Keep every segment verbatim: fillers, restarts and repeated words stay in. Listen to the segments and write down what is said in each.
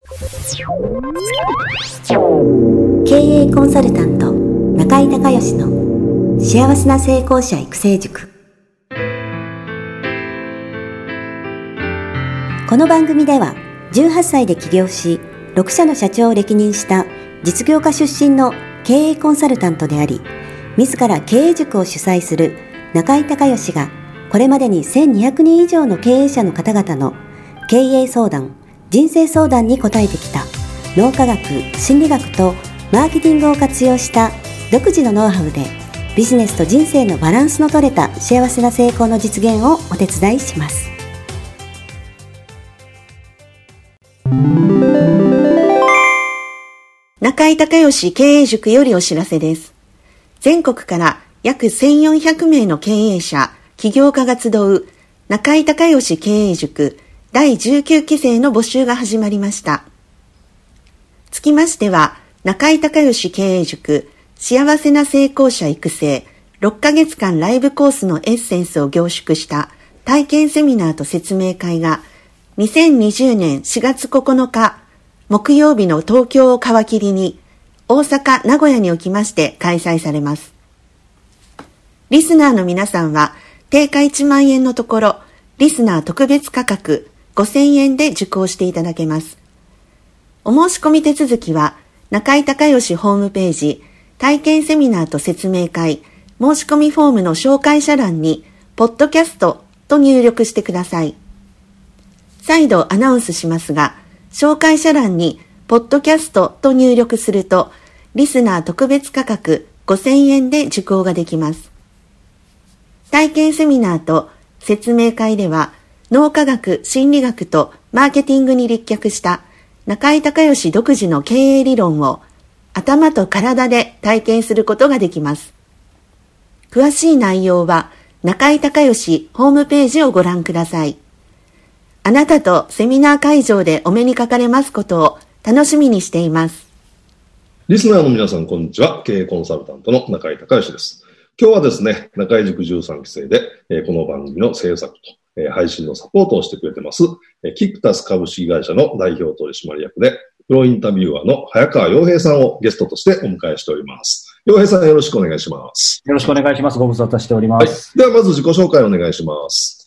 経営コンサルタント中井孝義の幸せな成功者育成塾。この番組ではじゅうはっさいで起業しろくしゃの社長を歴任した実業家出身の経営コンサルタントであり、自ら経営塾を主催する中井孝義がこれまでにせんにひゃくにん以上の経営者の方々の経営相談、人生相談に応えてきた脳科学、心理学とマーケティングを活用した独自のノウハウでビジネスと人生のバランスの取れた幸せな成功の実現をお手伝いします。 中井孝義経営塾よりお知らせです。全国から約せんよんひゃくめいの経営者、起業家が集う中井孝義経営塾だいじゅうきゅうきせいの募集が始まりました。つきましては、中井孝義経営塾幸せな成功者育成ろっかげつかんライブコースのエッセンスを凝縮した体験セミナーと説明会がにせんにじゅうねんしがつここのか木曜日の東京を皮切りに大阪、名古屋におきまして開催されます。リスナーの皆さんは定価いちまんえんのところ、リスナー特別価格ごせんえんで受講していただけます。お申し込み手続きは中井孝義ホームページ体験セミナーと説明会申し込みフォームの紹介者欄にポッドキャストと入力してください。再度アナウンスしますが、紹介者欄にポッドキャストと入力するとリスナー特別価格ごせんえんで受講ができます。体験セミナーと説明会では脳科学、心理学とマーケティングに立脚した中井孝義独自の経営理論を頭と体で体験することができます。詳しい内容は中井孝義ホームページをご覧ください。あなたとセミナー会場でお目にかかれますことを楽しみにしています。 リスナーの皆さん、こんにちは。経営コンサルタントの中井孝義です。今日はですね、中井塾じゅうさんきせいで、えー、この番組の制作と、えー、配信のサポートをしてくれてます、えー、キクタス株式会社の代表取締役で、プロインタビュアーの早川洋平さんをゲストとしてお迎えしております。洋平さん、よろしくお願いします。 よろしくお願いします。ご無沙汰しております。 はい、ではまず自己紹介をお願いします。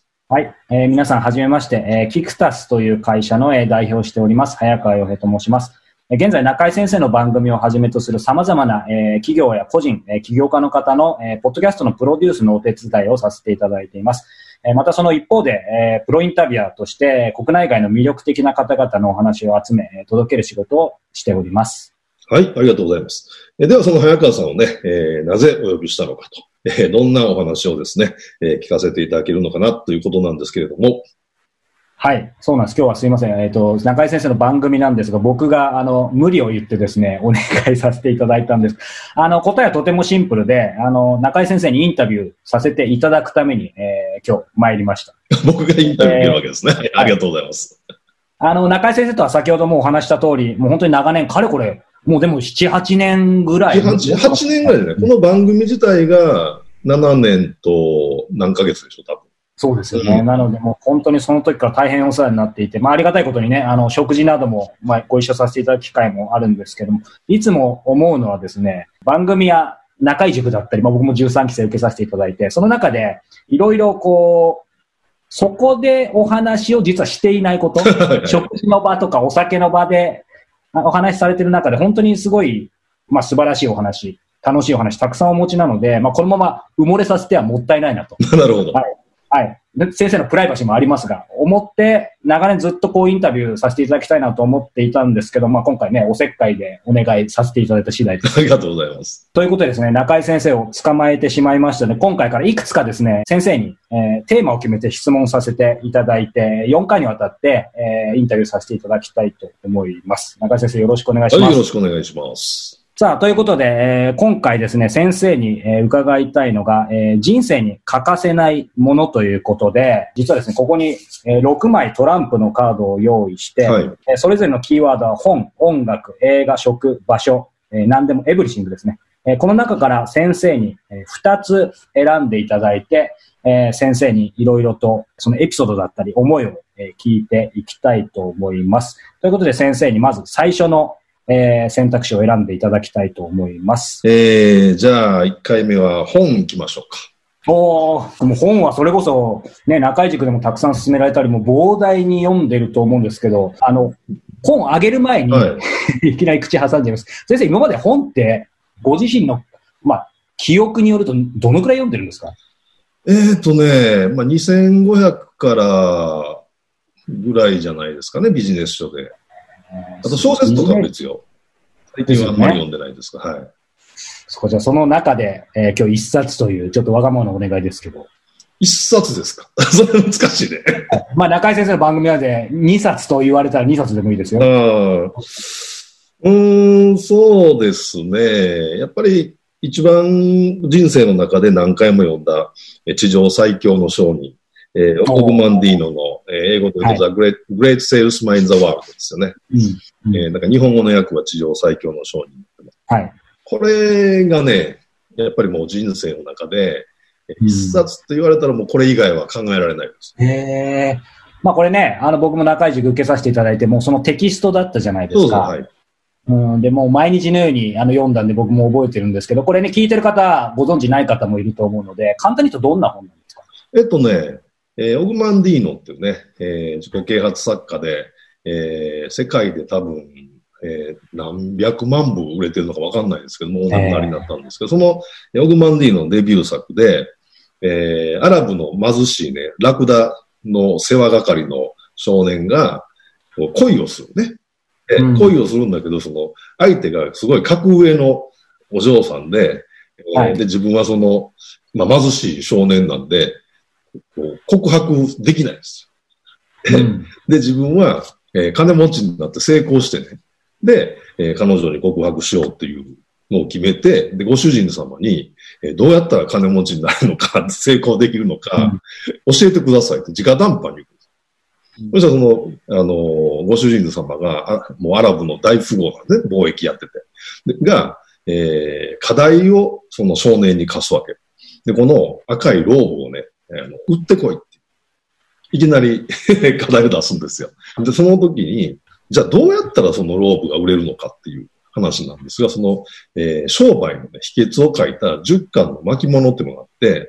はい、えー、皆さんはじめまして、えー、キクタスという会社の、えー、代表をしております早川洋平と申します。えー、現在中井先生の番組をはじめとする様々な、えー、企業や個人、えー、起業家の方の、えー、ポッドキャストのプロデュースのお手伝いをさせていただいています。えー、またその一方で、えー、プロインタビュアーとして国内外の魅力的な方々のお話を集め、えー、届ける仕事をしております。 はい、ありがとうございます。えー、ではその早川さんをね、えー、なぜお呼びしたのかと。えー、どんなお話をですね、えー、聞かせていただけるのかなということなんですけれども。 はい、そうなんです。今日はすいません。えっと、中井先生の番組なんですが、僕が、あの、無理を言ってですね、お願いさせていただいたんです。あの、答えはとてもシンプルで、あの、中井先生にインタビューさせていただくために、えー、今日参りました。 僕がインタビュー受けるわけですね。えー、ありがとうございます。 あの、中井先生とは先ほどもお話した通り、もう本当に長年、かれこれ、もうでもなな、はちねんぐらい。 はち、はちねんぐらいでね、この番組自体がななねんと何ヶ月でしょう、多分。 そうですよね。うん、なので、もう本当にその時から大変お世話になっていて、まあありがたいことにね、あの、食事なども、まあご一緒させていただく機会もあるんですけども、いつも思うのはですね、番組や中井塾だったり、まあ僕もじゅうさんきせい受けさせていただいて、その中で、いろいろこう、そこでお話を実はしていないこと、食事の場とかお酒の場でお話しされている中で、本当にすごい、まあ素晴らしいお話、楽しいお話たくさんお持ちなので、まあこのまま埋もれさせてはもったいないなと。 なるほど。 はい。はい。先生のプライバシーもありますが、思って長年ずっとこうインタビューさせていただきたいなと思っていたんですけど、まあ今回ね、おせっかいでお願いさせていただいた次第です。 ありがとうございます。 ということでですね、中井先生を捕まえてしまいましたので、今回からいくつかですね、先生に、えー、テーマを決めて質問させていただいて、よんかいにわたって、えー、インタビューさせていただきたいと思います。中井先生よろしくお願いします。 はい、よろしくお願いします。 さあ、ということで、えー、今回ですね、先生に、えー、伺いたいのが、えー、人生に欠かせないものということで、実はですね、ここに、えー、ろくまいトランプのカードを用意して、はい、えー、それぞれのキーワードは本、音楽、映画、食、場所、えー、何でもエブリシングですね。 えー、この中から先生にふたつ選んでいただいて、えー、先生にいろいろとそのエピソードだったり思いを聞いていきたいと思います。ということで先生にまず最初の、えー、選択肢を選んでいただきたいと思います。 えー、じゃあいっかいめは本行きましょうか。 おー、もう本はそれこそね、中井塾でもたくさん勧められたり、もう膨大に読んでると思うんですけど、あの、本あげる前に、はい、いきなり口挟んじゃいます。先生、今まで本ってご自身の、まあ、記憶によるとどのくらい読んでるんですか？ えーとね、まあ、にせんごひゃくからぐらいじゃないですかね、ビジネス書で。あと小説とかも別よ。最近はあんまり読んでないですが、はい。 そう、じゃあその中で、えー、今日一冊という、ちょっとわがままのお願いですけど。一冊ですか？それ難しいね。 まあ中井先生の番組なので、二冊と言われたら二冊でもいいですよ。 あうーん、そうですね。やっぱり一番人生の中で何回も読んだ地上最強の商人、えー、オグマンディーノの、えー、英語で言うと、はい、The Great, Great Salesman in the World ですよね。うんうんえー、なんか日本語の訳は地上最強の商人。はい。これがね、やっぱりもう人生の中で、一冊って言われたらもうこれ以外は考えられないです。 へえ。まあこれね、あの僕も中井塾受けさせていただいて、もうそのテキストだったじゃないですか。そうそう、はい。うん、で、もう毎日のようにあの読んだんで僕も覚えてるんですけど、これね、聞いてる方、ご存知ない方もいると思うので、簡単に言うとどんな本なんですか？ えっとね、えー、オグマンディーノっていうね、えー、自己啓発作家で、えー、世界で多分、えー、何百万部売れてるのか分かんないですけども、お亡くなりになったんですけど、えー、そのオグマンディーノのデビュー作で、えー、アラブの貧しいね、ラクダの世話係の少年がこう恋をするね、えーうん。恋をするんだけど、その相手がすごい格上のお嬢さんで、えーはい、で自分はその、まあ、貧しい少年なんで、こう告白できないんですよ。うん、で、自分は、えー、金持ちになって成功してね、で、えー、彼女に告白しようっていうのを決めて、で、ご主人様に、えー、どうやったら金持ちになるのか、成功できるのか、うん、教えてくださいって直談判に言うんです。うん、そしたらその、あのー、ご主人様が、あもうアラブの大富豪なんで、ね、貿易やってて。でが、えー、課題をその少年に課すわけ。で、この赤いローブをね、あの売ってこいって。いきなり課題を出すんですよ。で、その時に、じゃあどうやったらそのローブが売れるのかっていう話なんですが、その、えー、商売の、ね、秘訣を書いたじゅっかんの巻物っていうのがあって、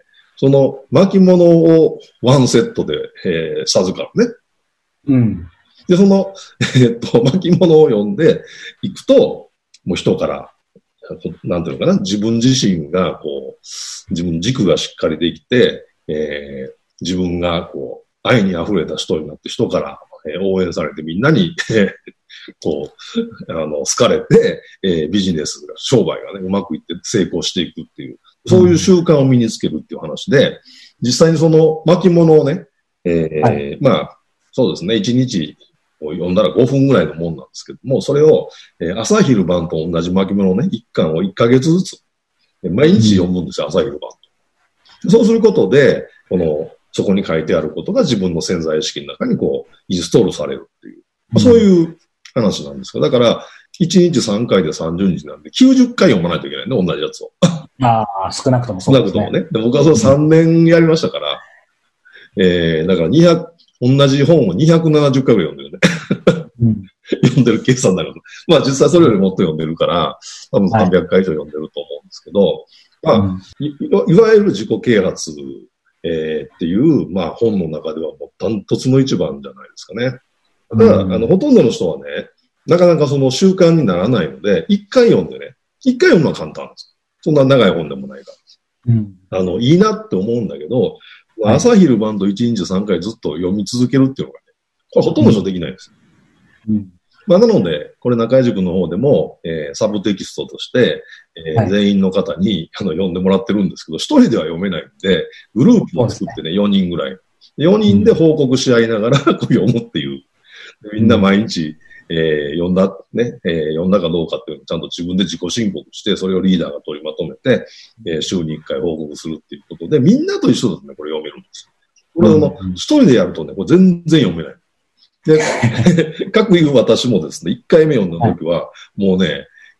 その巻物をワンセットで、えー、授かるね。うん。で、その、えー、っと、巻物を読んでいくと、もう人から、なんていうのかな、自分自身が、こう、自分軸がしっかりできて、えー、自分が、こう、愛に溢れた人になって人から、えー、応援されてみんなに、こう、あの、好かれて、えー、ビジネスが、商売がね、うまくいって成功していくっていう、そういう習慣を身につけるっていう話で、実際にその巻物をね、えーはい、まあ、そうですね、いちにちを読んだらごふんぐらいのもんなんですけども、それを、えー、朝昼晩と同じ巻物をね、いっかんをいっかげつずつ、毎日読むんですよ、うん、朝昼晩と。そうすることで、この、そこに書いてあることが自分の潜在意識の中にこう、インストールされるっていう、まあ、そういう話なんですけど、だから、いちにちさんかいでさんじゅうにちなんで、きゅうじゅっかい読まないといけないね、同じやつを。 ああ、少なくともそうですね。少なくともね。 で僕はそれさんねんやりましたから、うん、えー、だからにひゃく、同じ本をにひゃくななじゅっかいぐらい読んでるね。うん、読んでる計算になる。まあ実際それよりもっと読んでるから、多分さんびゃっかい以上読んでると思うんですけど、はい、まあ、い, いわゆる自己啓発、えー、っていう、まあ本の中ではもうダントツの一番じゃないですかね。ただ、うん、あの、ほとんどの人はね、なかなかその習慣にならないので、一回読んでね、一回読むのは簡単です。そんな長い本でもないから。うん、あの、いいなって思うんだけど、はい、朝昼晩といちにちさんかいずっと読み続けるっていうのがね、これほとんどの人できないです。うんうんまあ、なので、これ中井塾の方でも、えー、サブテキストとして、えーはい、全員の方にあの読んでもらってるんですけど、一人では読めないんで、グループを作ってね、よにんぐらい。よにんで報告し合いながらこう読むっていう。みんな毎日、えー、読んだ、ね、えー、読んだかどうかっていうのをちゃんと自分で自己申告して、それをリーダーが取りまとめて、えー、週にいっかい報告するっていうことで、みんなと一緒ですね、これ読めるんですよ。これあの、一人でやるとね、これ全然読めない。で、各言う私もですね、いっかいめ読んだ時は、もうね、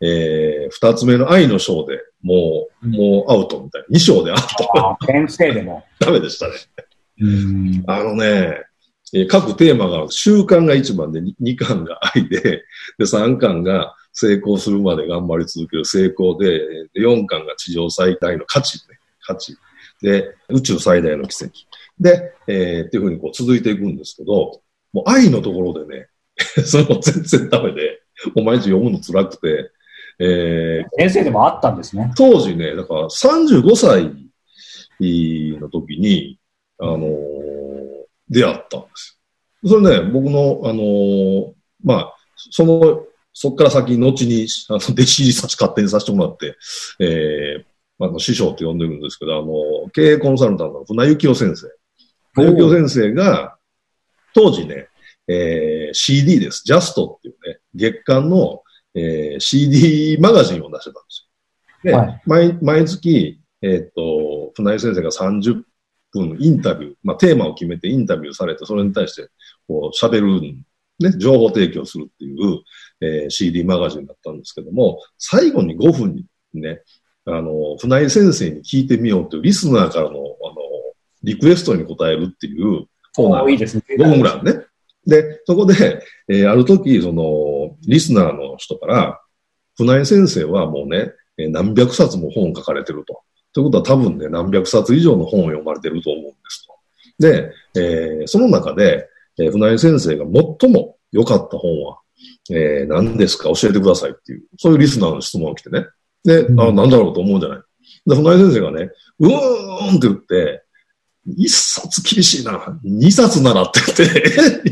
えー、二つ目の愛の章でもう、もうアウトみたいな。二章でアウト。 先生でも。 ダメでしたね。 うんあのね、各テーマが習慣が一番で二巻が愛で、で三巻が成功するまで頑張り続ける成功で、で四巻が地上最大の価値ね。価値。で、宇宙最大の奇跡。で、えー、っていうふうにこう続いていくんですけど、もう愛のところでね、それも全然ダメで、もう毎日読むの辛くて、えー、 先生でもあったんですね。 当時ね、だからさんじゅうごさいの時に、あのー、出会ったんですよ。それね、僕の、あのー、まあ、その、そっから先、後に、あの、弟子入りさせ、勝手にさせてもらって、えー、あの、師匠って呼んでるんですけど、あの、経営コンサルタントの船幸夫先生。船幸夫先生が、当時ね、えー、シーディー です。ジャストっていうね、月間の、えー、シーディー マガジンを出してたんですよ。で、はい、毎、毎月、えー、っと、船幸先生がさんじゅっぷんインタビュー、まあ、テーマを決めてインタビューされて、それに対して、こう、喋る、ね、情報提供するっていう、えー、シーディー マガジンだったんですけども、最後にごふんにね、あの、船井先生に聞いてみようというリスナーからの、あの、リクエストに答えるっていうコーナー。 いいですね。 ごふんぐらいね。で、そこで、えー、ある時、その、リスナーの人から、船井先生はもうね、何百冊も本を書かれてると。ということは多分ね、何百冊以上の本を読まれてると思うんですと。で、えー、その中で、えー、船井先生が最も良かった本は、えー、何ですか教えてくださいっていう、そういうリスナーの質問が来てね。で、うん、あ、なんだろうと思うじゃない。で、船井先生がね、うーんって言って、一冊厳しいな。二冊ならって言って、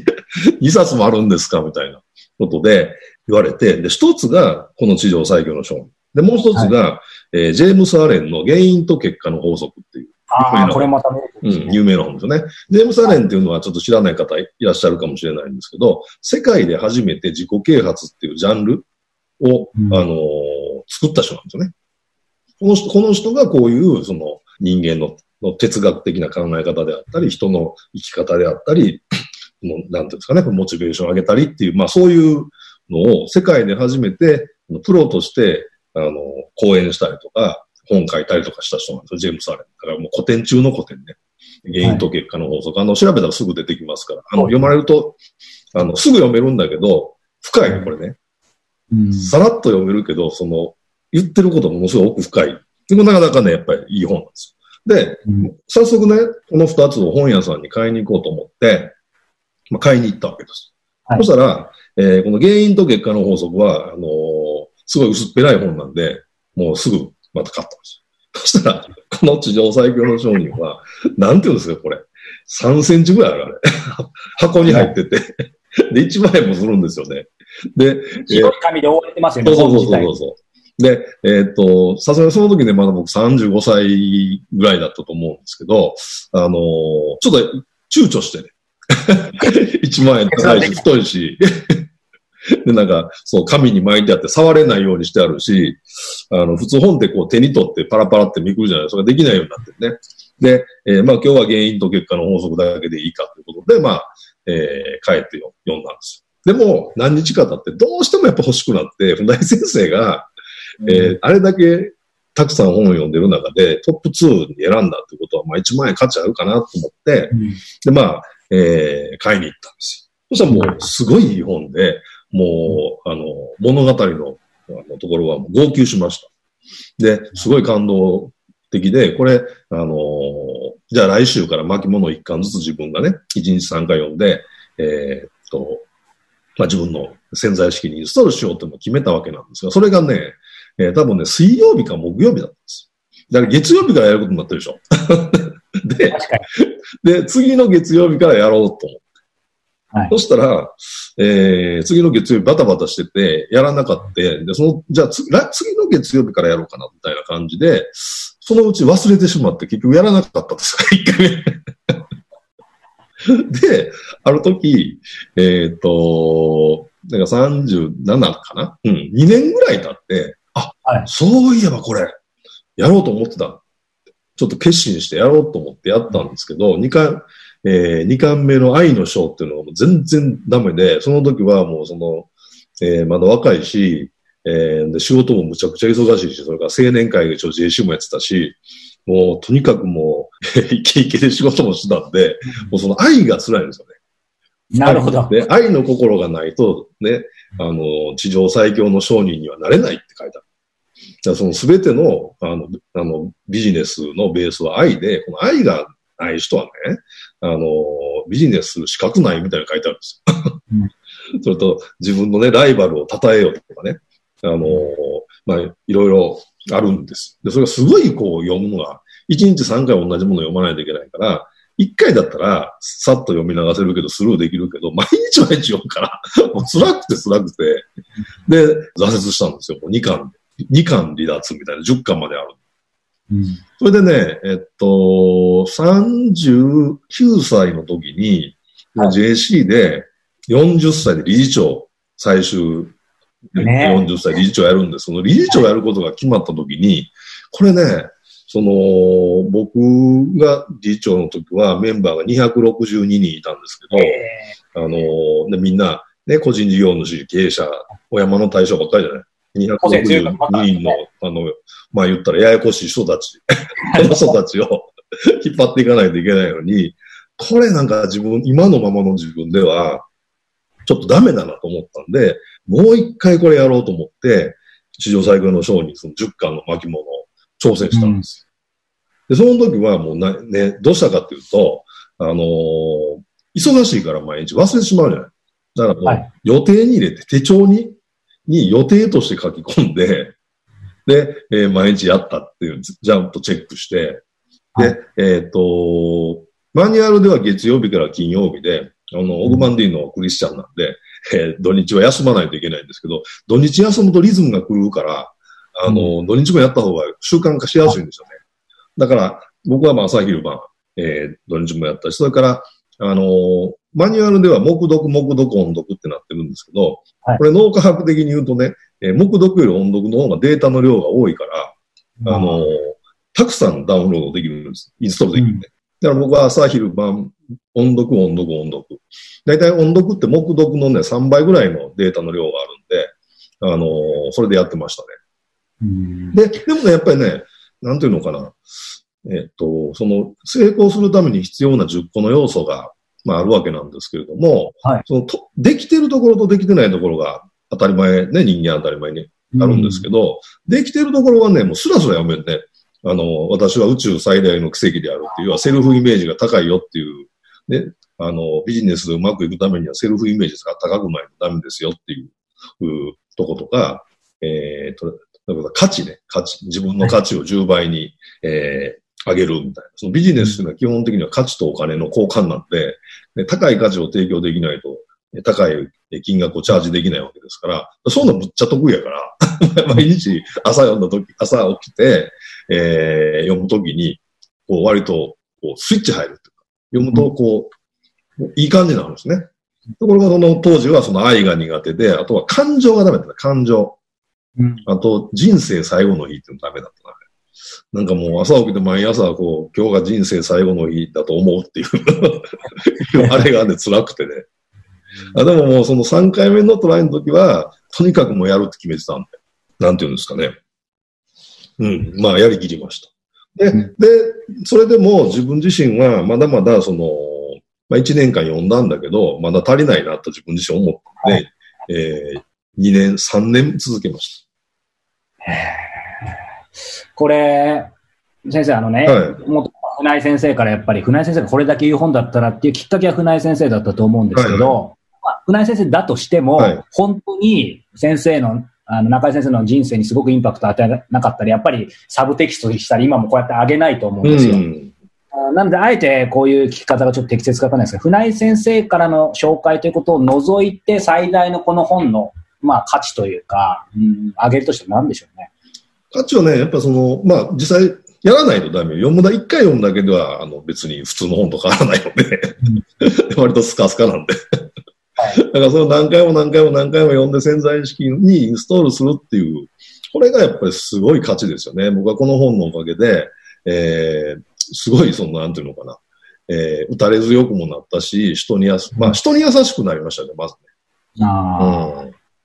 二冊もあるんですかみたいなことで言われて、で、一つがこの地上最強の商人。で、もう一つが、はい、えー、ジェームス・アレンの原因と結果の法則っていう。 ああ、これまたね、 うん、有名な本ですよね。ジェームス・アレンっていうのはちょっと知らない方いらっしゃるかもしれないんですけど、世界で初めて自己啓発っていうジャンルを、うん、あのー、作った人なんですよね。この人、この人がこういう、その人間のの哲学的な考え方であったり、人の生き方であったり、のなんていうんですかね、モチベーションを上げたりっていう、まあそういうのを世界で初めてプロとして、あの、講演したりとか、本書いたりとかした人なんですよ、ジェームス・アレン。だからもう古典中の古典ね。原因と結果の法則。はい、あの、調べたらすぐ出てきますから。あの、読まれると、あの、すぐ読めるんだけど、深いね、これね。うん、さらっと読めるけど、その、言ってることもものすごく奥深い。でもなかなかね、やっぱりいい本なんですよ。で、うん、早速ね、この二つを本屋さんに買いに行こうと思って、まあ、買いに行ったわけです。はい、そしたら、えー、この原因と結果の法則は、あのー、すごい薄っぺらい本なんで、もうすぐまた買ったんですよ。そしたら、この地上最強の商人は、なんて言うんですか、これ。さんセンチぐらいある、あれ。箱に入ってて。で、いちまんえんもするんですよね。で、 白い紙で覆われてますよね。 そうそうそうそう。で、えっと、さすがにその時ね、まだ僕さんじゅうごさいぐらいだったと思うんですけど、あのー、ちょっと躊躇してね。いちまんえん高いし、太いし。で、なんか、そう、紙に巻いてあって触れないようにしてあるし、あの、普通本ってこう手に取ってパラパラってめくるじゃないですか。それができないようになってるね。で、えー、まあ今日は原因と結果の法則だけでいいかということで、まあ、えー、帰って読んだんですよ。でも、何日か経ってどうしてもやっぱ欲しくなって、船井先生が、えー、あれだけたくさん本を読んでる中でトップツーに選んだってことは、まあいちまんえん価値あるかなと思って、うん、で、まあ、えー、買いに行ったんですよ。そしたらもうすごいいい本で、もう、あの、物語のあのところはもう号泣しました。で、すごい感動的で、これ、あのー、じゃあ来週から巻物一巻ずつ自分がね、いちにちさんかい読んで、えー、っと、まあ自分の潜在意識にインストールしようっても決めたわけなんですが、それがね、えー、多分ね、水曜日か木曜日だったんですよ。だから月曜日からやることになってるでしょ。で、で、次の月曜日からやろうと思って。はい、そしたら、えー、次の月曜日バタバタしてて、やらなかった。で、その、じゃあ次、次の月曜日からやろうかな、みたいな感じで、そのうち忘れてしまって結局やらなかったんですか、一回目。で、ある時、えっと、なんかさんじゅうななかなうん、にねんぐらい経って、あ、はい、そういえばこれ、やろうと思ってた。ちょっと決心してやろうと思ってやったんですけど、にかん、えー、にかんめの愛の章っていうのがもう全然ダメで、その時はもうその、えー、まだ若いし、 えー、で、仕事もむちゃくちゃ忙しいし、それから青年会で一応 ジェーシー もやってたし、もうとにかくもう、イケイケで仕事もしてたんで、もうその愛が辛いんですよね。 なるほど。 で、愛の心がないと、ね、あの、地上最強の商人にはなれないって書いてある。だからそのすべての、あの、あの、ビジネスのベースは愛で、この愛がない人はね、あの、ビジネスする資格ないみたいな書いてあるんですよ。うん、それと、自分のね、ライバルを称えようとかね、あの、まあ、いろいろあるんです。で、それがすごいこう読むのが、いちにちさんかい同じものを読まないといけないから、いっかいだったら、さっと読み流せるけど、スルーできるけど、毎日毎日読むから、もう辛くて辛くて、で、挫折したんですよ。もうにかんで。にかん離脱みたいなじゅっかんまである。うん、それでね、えっと、さんじゅうきゅうさいの時に、はい、ジェーシー でよんじゅっさいで理事長、最終、ね、よんじゅっさい理事長やるんです。その理事長やることが決まった時に、これね、その、僕が理事長の時はメンバーがにひゃくろくじゅうににんいたんですけど、あの、でみんな、ね、個人事業主、経営者、お山の大将ばっかりじゃない。にひゃくろくじゅうににんの、あの、まあ言ったらややこしい人たち、その人たちを引っ張っていかないといけないのに、これなんか自分、今のままの自分では、ちょっとダメだなと思ったんで、もう一回これやろうと思って、史上最強の賞にそのじゅっかんの巻物を挑戦したんです。うん、で、その時はもうな、ね、どうしたかっていうと、あのー、忙しいから毎日忘れてしまうじゃない。だからもう、はい、予定に入れて手帳に、に予定として書き込んで、で、えー、毎日やったっていう、ちゃんとチェックして、で、はい、えっと、マニュアルでは月曜日から金曜日で、あの、オグマンディーのクリスチャンなんで、えー、土日は休まないといけないんですけど、土日休むとリズムが狂うから、あの、うん、土日もやった方が習慣化しやすいんですよね。だから、僕はまあ朝昼晩、えー、土日もやったし、それから、あのー、マニュアルでは目読、目読、音読ってなってるんですけど、はい、これ脳科学的に言うとね、えー、目読より音読の方がデータの量が多いから、うん、あのー、たくさんダウンロードできるんです。インストールできるんで。うん、だから僕は朝昼晩、音読、音読、音読。だいたい音読って目読のね、さんばいぐらいのデータの量があるんで、あのー、それでやってましたね。うん、で、でもね、やっぱりね、なんていうのかな。えっと、その、成功するために必要なじゅっこの要素が、まああるわけなんですけれども、はい、そのと、できてるところとできてないところが当たり前ね、人間当たり前にあるんですけど、うん、できてるところはね、もうスラスラ読めるね。あの、私は宇宙最大の奇跡であるっていう、要はセルフイメージが高いよっていう、ね、あの、ビジネスでうまくいくためにはセルフイメージが高くないとダメですよっていう、うとことか、えーと、価値ね、価値。自分の価値をじゅうばいに、はい、えー上げるみたいな。そのビジネスというのは基本的には価値とお金の交換なんで、ね、高い価値を提供できないと、高い金額をチャージできないわけですから、そういうのむっちゃ得意やから、毎日朝読んだ時、朝起きて、えー、読む時に、こう割とこうスイッチ入るっていうか、読むとこう、いい感じになるんですね。ところがその当時はその愛が苦手で、あとは感情がダメだった。感情。うん、あと人生最後の日っていうのダメだったな。なんかもう朝起きて毎朝こう、今日が人生最後の日だと思うっていうあれがね、辛くてね。あでももうそのさんかいめのトライの時は、とにかくもうやるって決めてたんで、なんていうんですかね。うん、まあやりきりました。で、で、それでも自分自身はまだまだその、まあいちねんかん読んだんだけど、まだ足りないなと自分自身思って、はい、えー、にねん、さんねん続けました。 これ、先生、あのね、はい、もっと船井先生からやっぱり、船井先生がこれだけ言う本だったらっていうきっかけは船井先生だったと思うんですけど、はいはい、まあ、船井先生だとしても、はい、本当に先生の、あの中井先生の人生にすごくインパクトを与えなかったり、やっぱりサブテキストにしたり、今もこうやってあげないと思うんですよ。うん、なので、あえてこういう聞き方がちょっと適切かわからないですが、船井先生からの紹介ということを除いて、最大のこの本の、まあ、価値というか、うん、上げるとしては何でしょうね。 価値はね、やっぱその、まあ、実際、やらないとダメ。読むだ、一回読むだけでは、あの、別に普通の本と変わらないので、うん、割とスカスカなんで。だからそれを何回も何回も何回も読んで潜在意識にインストールするっていう、これがやっぱりすごい価値ですよね。僕はこの本のおかげで、えー、すごいその、なんていうのかな、えー、打たれ強くもなったし、人にやす、まあ人に優しくなりましたね、まずね。あうん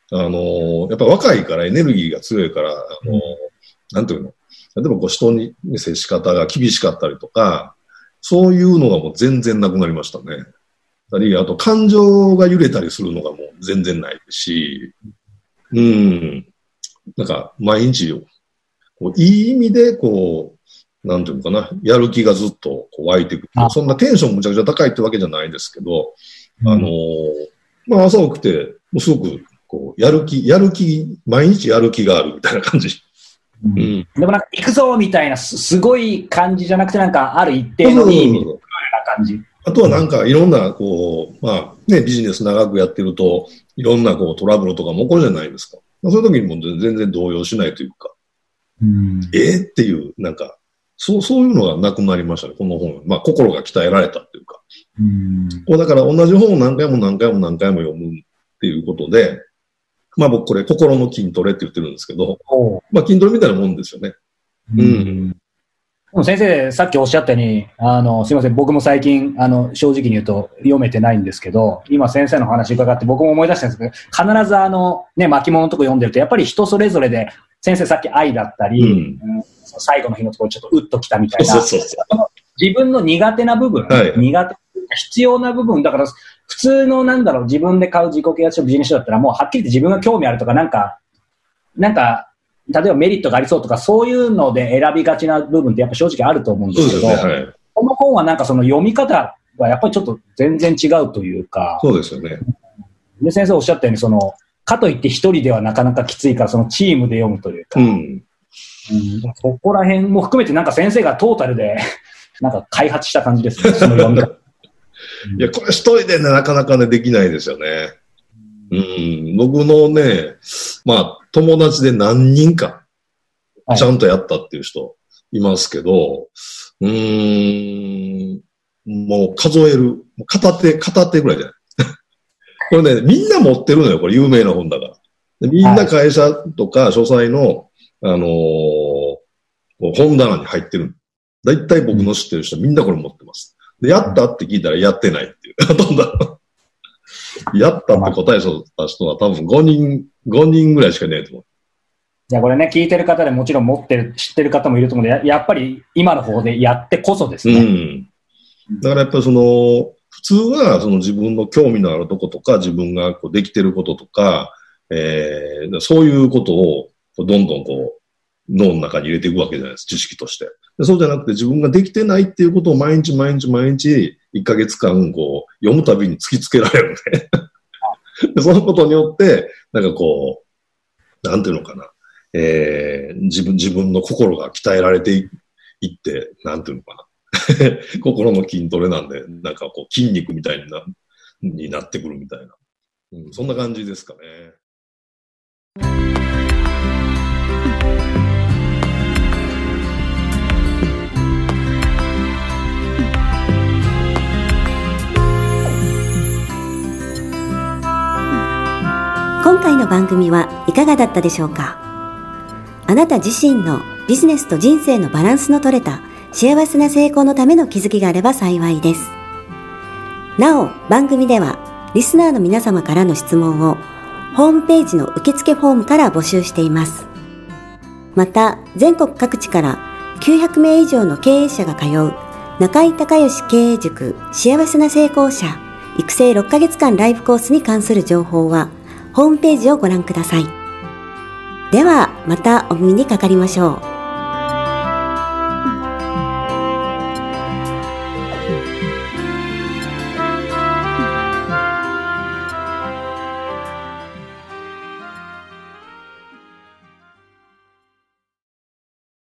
あの、やっぱ若いからエネルギーが強いから、あの、うん、なんていうの、例えばこう人に接し方が厳しかったりとか、そういうのがもう全然なくなりましたね。あと感情が揺れたりするのがもう全然ないし、うん。なんか毎日こういい意味でこう、なんていうのかな、やる気がずっとこう湧いてくる。そんなテンションむちゃくちゃ高いってわけじゃないですけど、うん、あのー、まあ朝起きて、もうすごくこう、やる気、やる気、毎日やる気があるみたいな感じ。 うん、でもなんか行くぞみたいな す, すごい感じじゃなくてなんかある一定のいい意味な感じ。 あとはなんかいろんなこう、まあね、ビジネス長くやってるといろんなこうトラブルとかも起こるじゃないですか。そういう時にも全然動揺しないというか、うん、えー、っていうなんかそう、そういうのがなくなりましたね、この本。まあ心が鍛えられたっていうか。うん、こうだから同じ本を何回も何回も何回も読むっていうことで、まあ僕これ心の筋トレって言ってるんですけど、まあ筋トレみたいなもんですよね。うん。うんでも先生、さっきおっしゃったように、あの、すいません、僕も最近、あの、正直に言うと読めてないんですけど、今先生の話伺って僕も思い出したんですけど、必ずあの、ね、巻物のとこ読んでると、やっぱり人それぞれで、先生さっき愛だったり、うんうん、最後の日のところちょっとウッときたみたいな、そうそうそう自分の苦手な部分、はい、苦手、必要な部分、だから普通のなんだろう、自分で買う自己啓発書ビジネス書だったらもうはっきり言って自分が興味あるとか、なんか、なんか、例えばメリットがありそうとかそういうので選びがちな部分ってやっぱ正直あると思うんですけど、ねはい、この本はなんかその読み方はやっぱりちょっと全然違うというか、 そうですよね。 で先生おっしゃったようにそのかといって一人ではなかなかきついからそのチームで読むというか、うんうん、そこら辺も含めてなんか先生がトータルでなんか開発した感じですね。その読み方。 いやこれ一人でねなかなかねできないですよね。うん、僕のね、まあ、友達で何人か、ちゃんとやったっていう人いますけど、はい、うーん、もう数える、片手、片手ぐらいじゃない。これね、みんな持ってるのよ、これ有名な本だから。でみんな会社とか書斎の、あのー、本棚に入ってる。だいたい僕の知ってる人みんなこれ持ってます。で、やったって聞いたらやってないっていう。ほとんど。やったって答えた人は多分ごにん、ごにんぐらいしかいないと思う。 いや、これね、聞いてる方でもちろん持ってる、知ってる方もいると思うので、や, やっぱり今の方でやってこそですね。うん。 だからやっぱりその、普通はその自分の興味のあるとことか、自分がこうできてることとか、えー、そういうことをどんどんこう、脳の中に入れていくわけじゃないです。知識として。でそうじゃなくて自分ができてないっていうことを毎日毎日毎日いっかげつかんこう読むたびに突きつけられるね。でそのことによって、なんかこう、なんていうのかな。えー、自分、自分の心が鍛えられていって、なんていうのかな。心の筋トレなんで、なんかこう筋肉みたいに な, になってくるみたいな、うん。そんな感じですかね。 今回の番組はいかがだったでしょうか。あなた自身のビジネスと人生のバランスの取れた幸せな成功のための気づきがあれば幸いです。なお、番組ではリスナーの皆様からの質問をホームページの受付フォームから募集しています。また、全国各地からきゅうひゃくめい以上の経営者が通う中井孝義経営塾幸せな成功者育成ろっかげつかんライブコースに関する情報はホームページをご覧ください。ではまたお耳にかかりましょう。